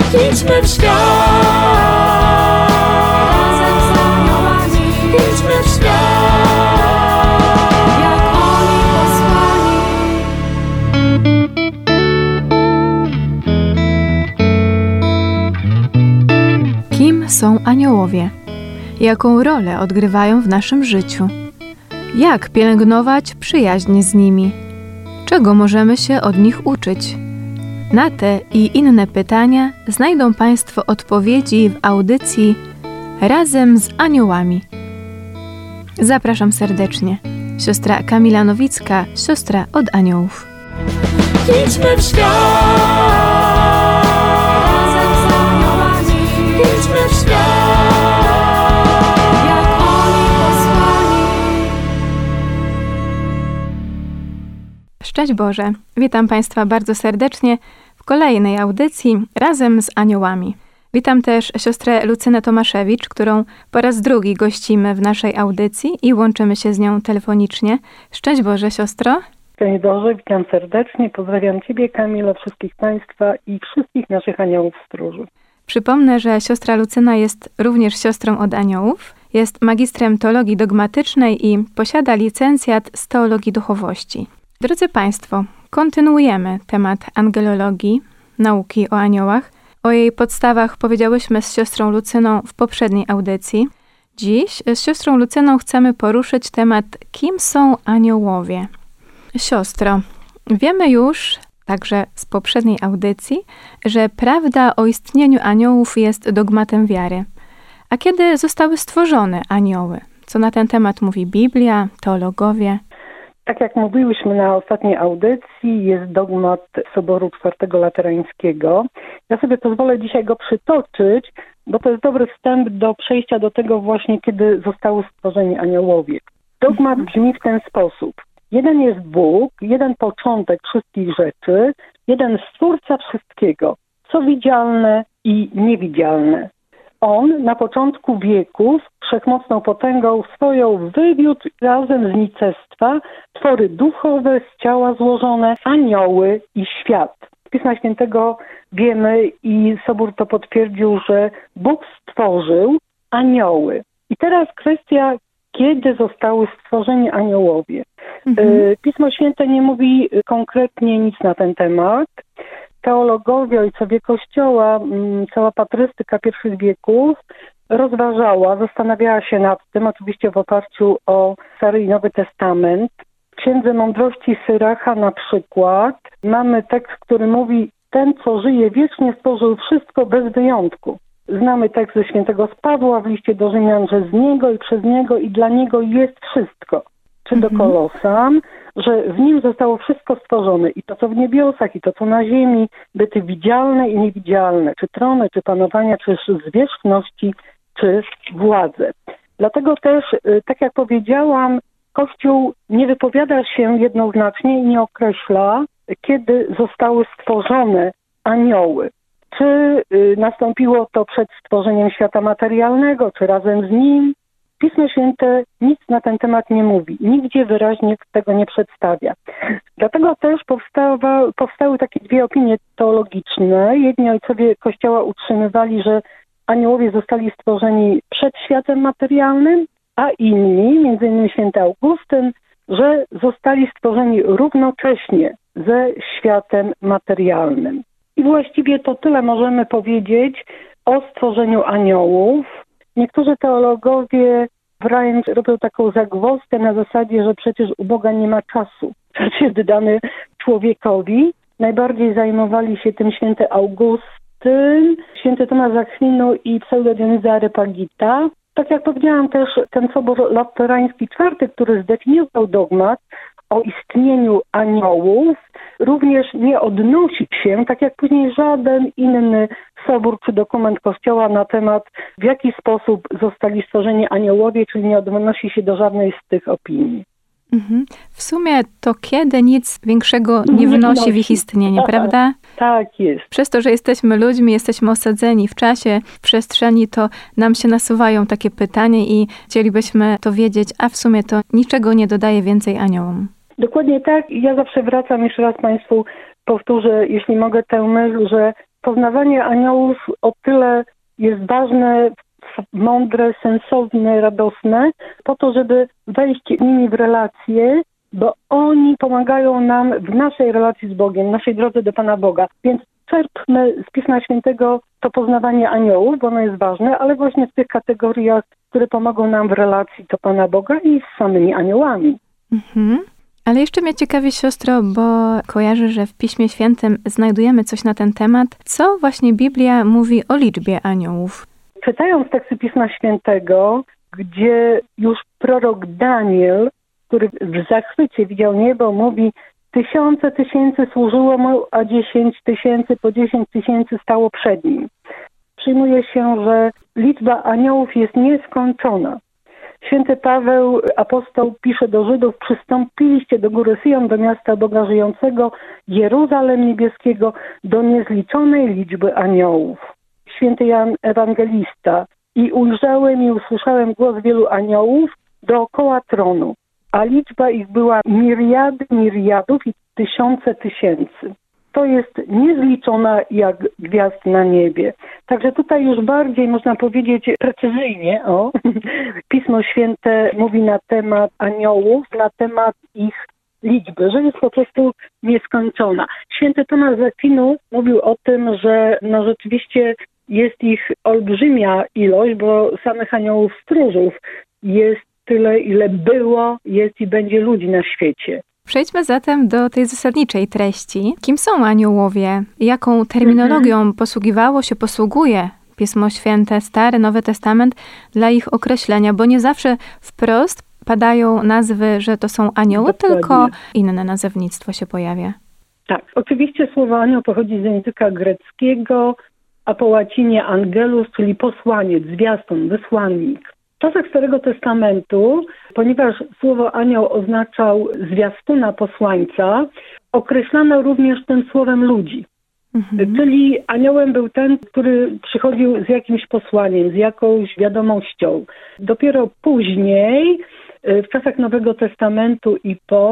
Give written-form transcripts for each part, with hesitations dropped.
Idźmy w świat. Razem z aniołami. Idźmy w świat. Jak oni posłani. Kim są aniołowie? Jaką rolę odgrywają w naszym życiu? Jak pielęgnować przyjaźń z nimi? Czego możemy się od nich uczyć? Na te i inne pytania znajdą Państwo odpowiedzi w audycji Razem z aniołami. Zapraszam serdecznie. Siostra Kamila Nowicka, siostra od aniołów. Idźmy w świat. Razem z aniołami. Idźmy w świat. Jak oni posłani. Szczęść Boże! Witam Państwa bardzo serdecznie w kolejnej audycji Razem z aniołami. Witam też siostrę Lucynę Tomaszewicz, którą po raz drugi gościmy w naszej audycji i łączymy się z nią telefonicznie. Szczęść Boże, siostro! Szczęść Boże, witam serdecznie. Pozdrawiam Ciebie, Kamilo, wszystkich Państwa i wszystkich naszych aniołów stróży. Przypomnę, że siostra Lucyna jest również siostrą od aniołów. Jest magistrem teologii dogmatycznej i posiada licencjat z teologii duchowości. Drodzy Państwo, kontynuujemy temat angelologii, nauki o aniołach. O jej podstawach powiedziałyśmy z siostrą Lucyną w poprzedniej audycji. Dziś z siostrą Lucyną chcemy poruszyć temat, kim są aniołowie. Siostro, wiemy już, także z poprzedniej audycji, że prawda o istnieniu aniołów jest dogmatem wiary. A kiedy zostały stworzone anioły? Co na ten temat mówi Biblia, teologowie? Tak jak mówiłyśmy na ostatniej audycji, jest dogmat Soboru IV Laterańskiego. Ja sobie pozwolę dzisiaj go przytoczyć, bo to jest dobry wstęp do przejścia do tego właśnie, kiedy zostały stworzeni aniołowie. Dogmat brzmi w ten sposób. Jeden jest Bóg, jeden początek wszystkich rzeczy, jeden Stwórca wszystkiego, co widzialne i niewidzialne. On na początku wieków wszechmocną potęgą swoją wywiódł razem z nicestwa twory duchowe z ciała złożone, anioły i świat. Z Pisma Świętego wiemy i Sobór to potwierdził, że Bóg stworzył anioły. I teraz kwestia, kiedy zostały stworzeni aniołowie. Pismo Święte nie mówi konkretnie nic na ten temat. Teologowie, ojcowie Kościoła, cała patrystyka pierwszych wieków rozważała, zastanawiała się nad tym, oczywiście w oparciu o Stary i Nowy Testament. W Księdze Mądrości Syracha na przykład mamy tekst, który mówi: ten, co żyje wiecznie, stworzył wszystko bez wyjątku. Znamy tekst ze świętego Pawła w liście do Rzymian, że z niego i przez niego i dla niego jest wszystko. Czy do Kolosan, że w nim zostało wszystko stworzone, i to, co w niebiosach, i to, co na ziemi, byty widzialne i niewidzialne, czy trony, czy panowania, czy zwierzchności, czy władze. Dlatego też, tak jak powiedziałam, Kościół nie wypowiada się jednoznacznie i nie określa, kiedy zostały stworzone anioły. Czy nastąpiło to przed stworzeniem świata materialnego, czy razem z nim? Pismo Święte nic na ten temat nie mówi. Nigdzie wyraźnie tego nie przedstawia. Dlatego też powstały takie dwie opinie teologiczne. Jedni ojcowie Kościoła utrzymywali, że aniołowie zostali stworzeni przed światem materialnym, a inni, m.in. święty Augustyn, że zostali stworzeni równocześnie ze światem materialnym. I właściwie to tyle możemy powiedzieć o stworzeniu aniołów. Niektórzy teologowie wręcz robią taką zagwozdkę na zasadzie, że przecież u Boga nie ma czasu. Czas jest dany człowiekowi. Najbardziej zajmowali się tym święty Augustyn, święty Tomasz z Akwinu i pseudo Dioniza Areopagita. Tak jak powiedziałam też, ten Sobór Laterański IV, który zdefiniował dogmat o istnieniu aniołów, również nie odnosi się, tak jak później żaden inny sobór czy dokument Kościoła, na temat, w jaki sposób zostali stworzeni aniołowie, czyli nie odnosi się do żadnej z tych opinii. W sumie to kiedy nic większego nie wnosi w ich istnienie, prawda? Tak jest. Przez to, że jesteśmy ludźmi, jesteśmy osadzeni w czasie, w przestrzeni, to nam się nasuwają takie pytania i chcielibyśmy to wiedzieć, a w sumie to niczego nie dodaje więcej aniołom. Dokładnie tak. Ja zawsze wracam, jeszcze raz Państwu powtórzę, jeśli mogę, tę myśl, że Poznawanie aniołów o tyle jest ważne, mądre, sensowne, radosne, po to, żeby wejść z nimi w relacje, bo oni pomagają nam w naszej relacji z Bogiem, w naszej drodze do Pana Boga. Więc czerpmy z Pisma Świętego to poznawanie aniołów, bo ono jest ważne, ale właśnie w tych kategoriach, które pomogą nam w relacji do Pana Boga i z samymi aniołami. Ale jeszcze mnie ciekawi, siostro, bo kojarzę, że w Piśmie Świętym znajdujemy coś na ten temat. Co właśnie Biblia mówi o liczbie aniołów? Czytając teksty Pisma Świętego, gdzie już prorok Daniel, który w zachwycie widział niebo, mówi: tysiące tysięcy służyło mu, a 10 tysięcy po 10 tysięcy stało przed nim. Przyjmuje się, że liczba aniołów jest nieskończona. Święty Paweł, apostoł, pisze do Żydów: przystąpiliście do góry Syjon, do miasta Boga żyjącego, Jeruzalem niebieskiego, do niezliczonej liczby aniołów. Święty Jan Ewangelista: i ujrzałem i usłyszałem głos wielu aniołów dookoła tronu, a liczba ich była miriady miriadów i tysiące tysięcy. To jest niezliczona jak gwiazd na niebie. Także tutaj już bardziej można powiedzieć precyzyjnie, Pismo Święte mówi na temat aniołów, na temat ich liczby, że jest po prostu nieskończona. Święty Tomasz z Akwinu mówił o tym, że rzeczywiście jest ich olbrzymia ilość, bo samych aniołów stróżów jest tyle, ile było, jest i będzie ludzi na świecie. Przejdźmy zatem do tej zasadniczej treści. Kim są aniołowie? Jaką terminologią posługuje Pismo Święte, Stary, Nowy Testament dla ich określenia? Bo nie zawsze wprost padają nazwy, że to są anioły, dokładnie, tylko inne nazewnictwo się pojawia. Tak, oczywiście słowo anioł pochodzi z języka greckiego, a po łacinie angelus, czyli posłaniec, zwiastun, wysłannik. W czasach Starego Testamentu, ponieważ słowo anioł oznaczał zwiastuna, posłańca, określano również tym słowem ludzi. Czyli aniołem był ten, który przychodził z jakimś posłaniem, z jakąś wiadomością. Dopiero później, w czasach Nowego Testamentu i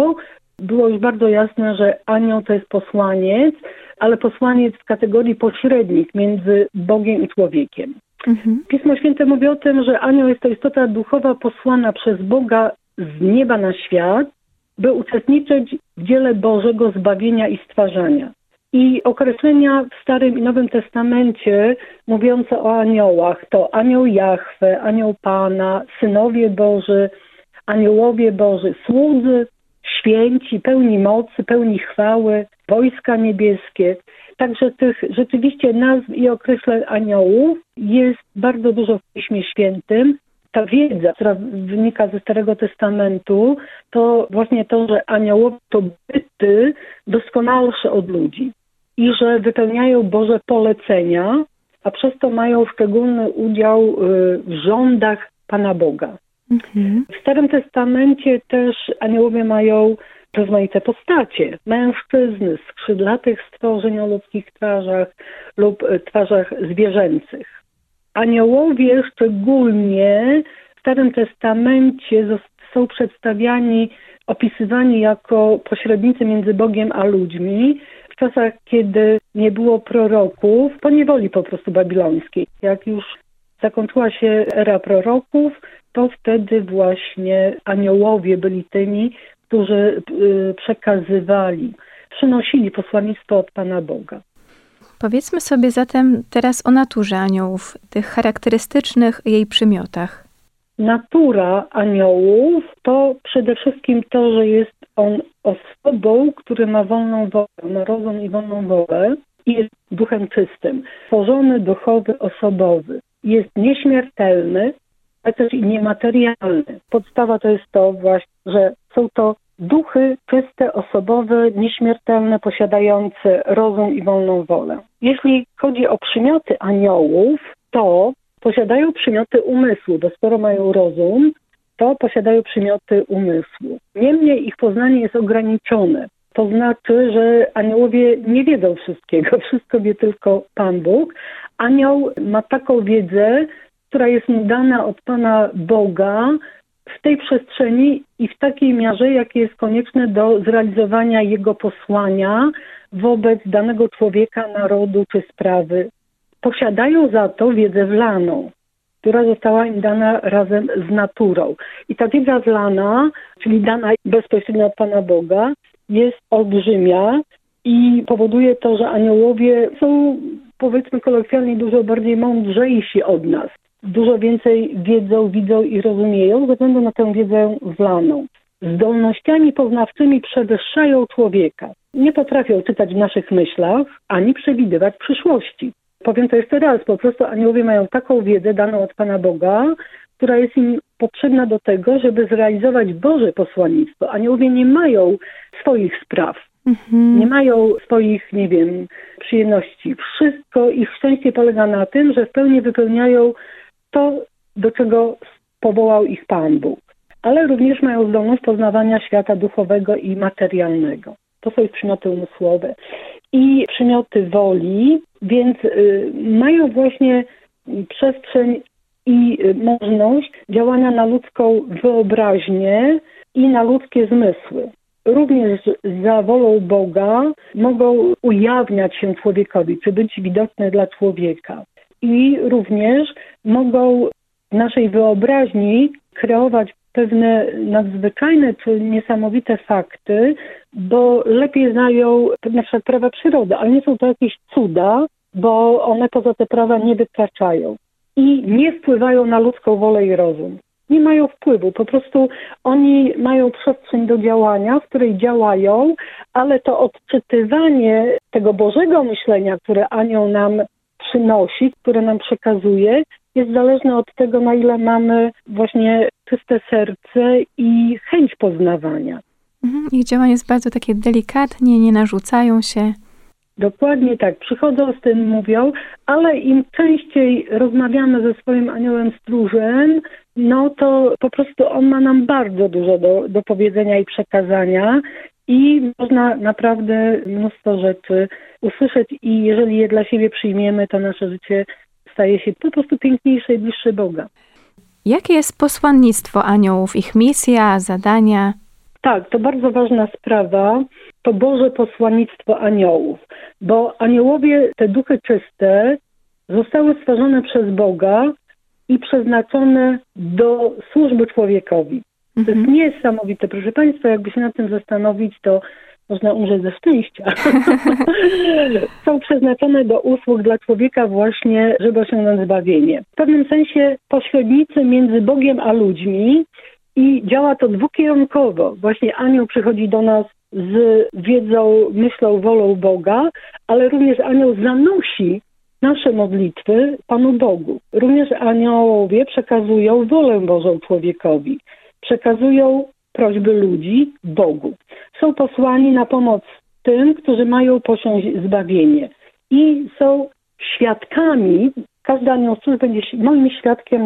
było już bardzo jasne, że anioł to jest posłaniec, ale posłaniec w kategorii pośrednik między Bogiem i człowiekiem. Pismo Święte mówi o tym, że anioł jest to istota duchowa posłana przez Boga z nieba na świat, by uczestniczyć w dziele Bożego zbawienia i stwarzania. I określenia w Starym i Nowym Testamencie mówiące o aniołach to anioł Jahwe, anioł Pana, synowie Boży, aniołowie Boży, słudzy, święci, pełni mocy, pełni chwały, wojska niebieskie. Także tych rzeczywiście nazw i określeń aniołów jest bardzo dużo w Piśmie Świętym. Ta wiedza, która wynika ze Starego Testamentu, to właśnie to, że aniołowie to byty doskonalsze od ludzi i że wypełniają Boże polecenia, a przez to mają szczególny udział w rządach Pana Boga. W Starym Testamencie też aniołowie mają rozmaite postacie. Mężczyzny, skrzydlatych stworzeń o ludzkich twarzach lub twarzach zwierzęcych. Aniołowie szczególnie w Starym Testamencie są przedstawiani, opisywani jako pośrednicy między Bogiem a ludźmi. W czasach, kiedy nie było proroków, po niewoli po prostu babilońskiej. Jak już zakończyła się era proroków, to wtedy właśnie aniołowie byli tymi, którzy przekazywali, przynosili posłannictwo od Pana Boga. Powiedzmy sobie zatem teraz o naturze aniołów, tych charakterystycznych jej przymiotach. Natura aniołów to przede wszystkim to, że jest on osobą, który ma wolną wolę, ma rozum i wolną wolę i jest duchem czystym. Tworzony, duchowy, osobowy. Jest nieśmiertelny, ale też i niematerialny. Podstawa to jest to właśnie, że są to duchy czyste, osobowe, nieśmiertelne, posiadające rozum i wolną wolę. Jeśli chodzi o przymioty aniołów, to posiadają przymioty umysłu, bo skoro mają rozum, to posiadają przymioty umysłu. Niemniej ich poznanie jest ograniczone. To znaczy, że aniołowie nie wiedzą wszystkiego. Wszystko wie tylko Pan Bóg. Anioł ma taką wiedzę, która jest mu dana od Pana Boga w tej przestrzeni i w takiej mierze, jakie jest konieczne do zrealizowania Jego posłania, wobec danego człowieka, narodu czy sprawy. Posiadają za to wiedzę wlaną, która została im dana razem z naturą. I ta wiedza wlana, czyli dana bezpośrednio od Pana Boga, jest olbrzymia i powoduje to, że aniołowie są, powiedzmy kolokwialnie, dużo bardziej mądrzejsi od nas. Dużo więcej widzą i rozumieją ze względu na tę wiedzę wlaną. Zdolnościami poznawczymi przewyższają człowieka. Nie potrafią czytać w naszych myślach, ani przewidywać przyszłości. Powiem to jeszcze raz, po prostu aniołowie mają taką wiedzę daną od Pana Boga, która jest im potrzebna do tego, żeby zrealizować Boże posłannictwo. Aniołowie nie mają swoich spraw, nie mają swoich, przyjemności. Wszystko ich szczęście polega na tym, że w pełni wypełniają to, do czego powołał ich Pan Bóg. Ale również mają zdolność poznawania świata duchowego i materialnego. To są ich przymioty umysłowe i przymioty woli, więc mają właśnie przestrzeń i możliwość działania na ludzką wyobraźnię i na ludzkie zmysły. Również za wolą Boga mogą ujawniać się człowiekowi, czy być widoczne dla człowieka. I również mogą w naszej wyobraźni kreować pewne nadzwyczajne czy niesamowite fakty, bo lepiej znają na przykład prawa przyrody, ale nie są to jakieś cuda, bo one poza te prawa nie wykraczają i nie wpływają na ludzką wolę i rozum. Nie mają wpływu, po prostu oni mają przestrzeń do działania, w której działają, ale to odczytywanie tego Bożego myślenia, które anioł nam przynosi, które nam przekazuje, jest zależne od tego, na ile mamy właśnie czyste serce i chęć poznawania. Ich działanie jest bardzo takie delikatnie, nie narzucają się. Dokładnie tak. Przychodzą z tym, mówią, ale im częściej rozmawiamy ze swoim aniołem stróżem, no to po prostu on ma nam bardzo dużo do powiedzenia i przekazania i można naprawdę mnóstwo rzeczy usłyszeć i jeżeli je dla siebie przyjmiemy, to nasze życie staje się po prostu piękniejsze i bliższe Boga. Jakie jest posłannictwo aniołów, ich misja, zadania? Tak, to bardzo ważna sprawa, to Boże posłannictwo aniołów, bo aniołowie, te duchy czyste, zostały stworzone przez Boga i przeznaczone do służby człowiekowi. To jest niesamowite, proszę Państwa, jakby się nad tym zastanowić, to można umrzeć ze szczęścia. Są przeznaczone do usług dla człowieka właśnie, żeby osiągnąć zbawienie. W pewnym sensie pośrednicy między Bogiem a ludźmi i działa to dwukierunkowo. Właśnie anioł przychodzi do nas z wiedzą, myślą, wolą Boga, ale również anioł zanosi nasze modlitwy Panu Bogu. Również aniołowie przekazują wolę Bożą człowiekowi. Przekazują prośby ludzi Bogu. Są posłani na pomoc tym, którzy mają posiąść zbawienie. I są świadkami, każdy anioł stróż będzie moim świadkiem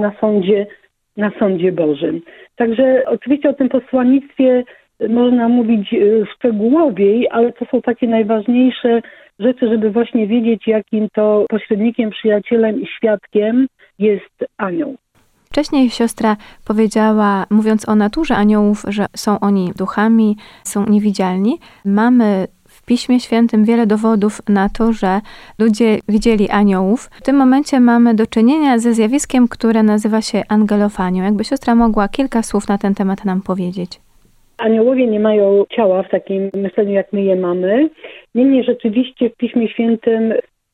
na sądzie Bożym. Także oczywiście o tym posłannictwie można mówić szczegółowiej, ale to są takie najważniejsze rzeczy, żeby właśnie wiedzieć, jakim to pośrednikiem, przyjacielem i świadkiem jest anioł. Wcześniej siostra powiedziała, mówiąc o naturze aniołów, że są oni duchami, są niewidzialni. Mamy w Piśmie Świętym wiele dowodów na to, że ludzie widzieli aniołów. W tym momencie mamy do czynienia ze zjawiskiem, które nazywa się angelofanią. Jakby siostra mogła kilka słów na ten temat nam powiedzieć. Aniołowie nie mają ciała w takim myśleniu, jak my je mamy. Niemniej rzeczywiście w Piśmie Świętym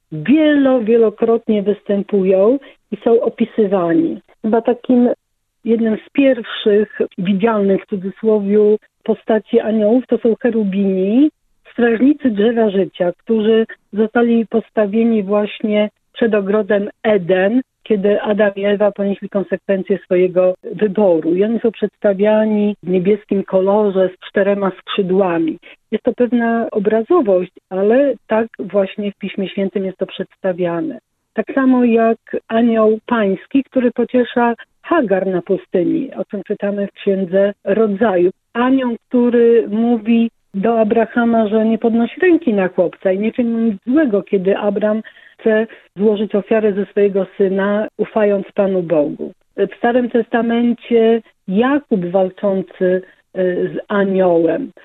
wielokrotnie występują i są opisywani. Chyba takim jednym z pierwszych widzialnych w cudzysłowie postaci aniołów to są cherubini, strażnicy drzewa życia, którzy zostali postawieni właśnie przed ogrodem Eden, kiedy Adam i Ewa ponieśli konsekwencje swojego wyboru. I oni są przedstawiani w niebieskim kolorze z 4 skrzydłami. Jest to pewna obrazowość, ale tak właśnie w Piśmie Świętym jest to przedstawiane. Tak samo jak anioł pański, który pociesza Hagar na pustyni, o czym czytamy w Księdze Rodzaju. Anioł, który mówi do Abrahama, że nie podnosi ręki na chłopca i nie czyni nic złego, kiedy Abram chce złożyć ofiarę ze swojego syna, ufając Panu Bogu. W Starym Testamencie Jakub walczący z aniołem.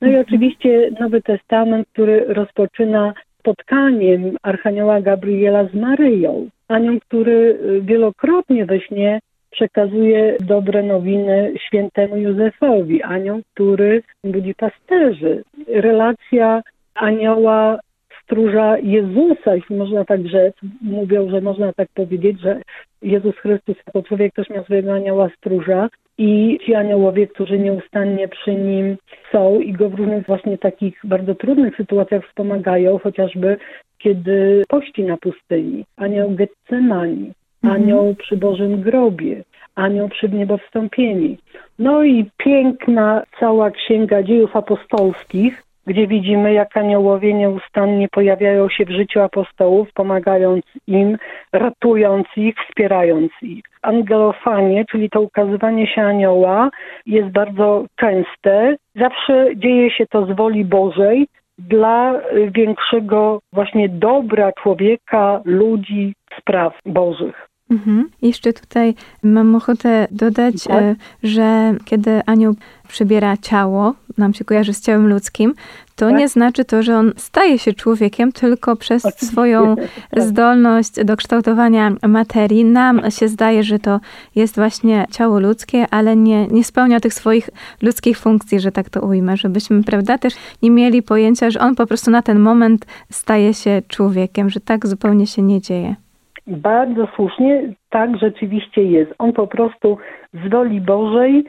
No i oczywiście Nowy Testament, który rozpoczyna spotkaniem Archanioła Gabriela z Maryją. Anioł, który wielokrotnie we śnie przekazuje dobre nowiny świętemu Józefowi. Anioł, który budzi pasterzy. Relacja anioła stróża Jezusa, jeśli można tak rzec, mówią, że można tak powiedzieć, że Jezus Chrystus jako człowiek też miał swojego anioła stróża i ci aniołowie, którzy nieustannie przy nim są i go w różnych właśnie takich bardzo trudnych sytuacjach wspomagają, chociażby kiedy pości na pustyni. Anioł Getsemani, anioł przy Bożym grobie, anioł przy niebowstąpieni. No i piękna cała Księga Dziejów Apostolskich, gdzie widzimy, jak aniołowie nieustannie pojawiają się w życiu apostołów, pomagając im, ratując ich, wspierając ich. Angelofanie, czyli to ukazywanie się anioła, jest bardzo częste. Zawsze dzieje się to z woli Bożej dla większego właśnie dobra człowieka, ludzi, spraw Bożych. Jeszcze tutaj mam ochotę dodać, że kiedy anioł przybiera ciało, nam się kojarzy z ciałem ludzkim, to nie znaczy to, że on staje się człowiekiem, tylko przez swoją zdolność do kształtowania materii. Nam się zdaje, że to jest właśnie ciało ludzkie, ale nie spełnia tych swoich ludzkich funkcji, że tak to ujmę, żebyśmy, prawda, też nie mieli pojęcia, że on po prostu na ten moment staje się człowiekiem, że tak zupełnie się nie dzieje. Bardzo słusznie, tak rzeczywiście jest. On po prostu z woli Bożej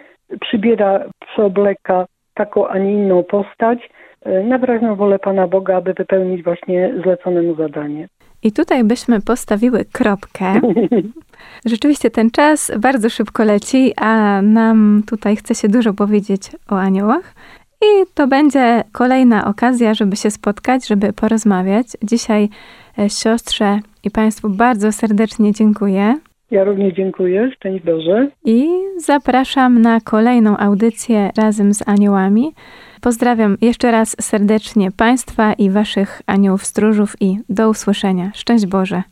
przeobleka taką, a nie inną postać na wyraźną wolę Pana Boga, aby wypełnić właśnie zlecone mu zadanie. I tutaj byśmy postawiły kropkę. Rzeczywiście ten czas bardzo szybko leci, a nam tutaj chce się dużo powiedzieć o aniołach. I to będzie kolejna okazja, żeby się spotkać, żeby porozmawiać. Dzisiaj siostrze i Państwu bardzo serdecznie dziękuję. Ja również dziękuję. Szczęść Boże. I zapraszam na kolejną audycję razem z aniołami. Pozdrawiam jeszcze raz serdecznie Państwa i Waszych aniołów stróżów i do usłyszenia. Szczęść Boże.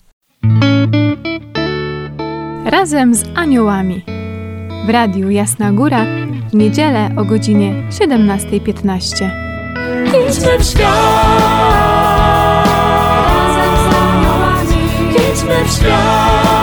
Razem z aniołami. W Radiu Jasna Góra w niedzielę o godzinie 17:15. Idźmy w świat, razem z aniołami. Idźmy w świat.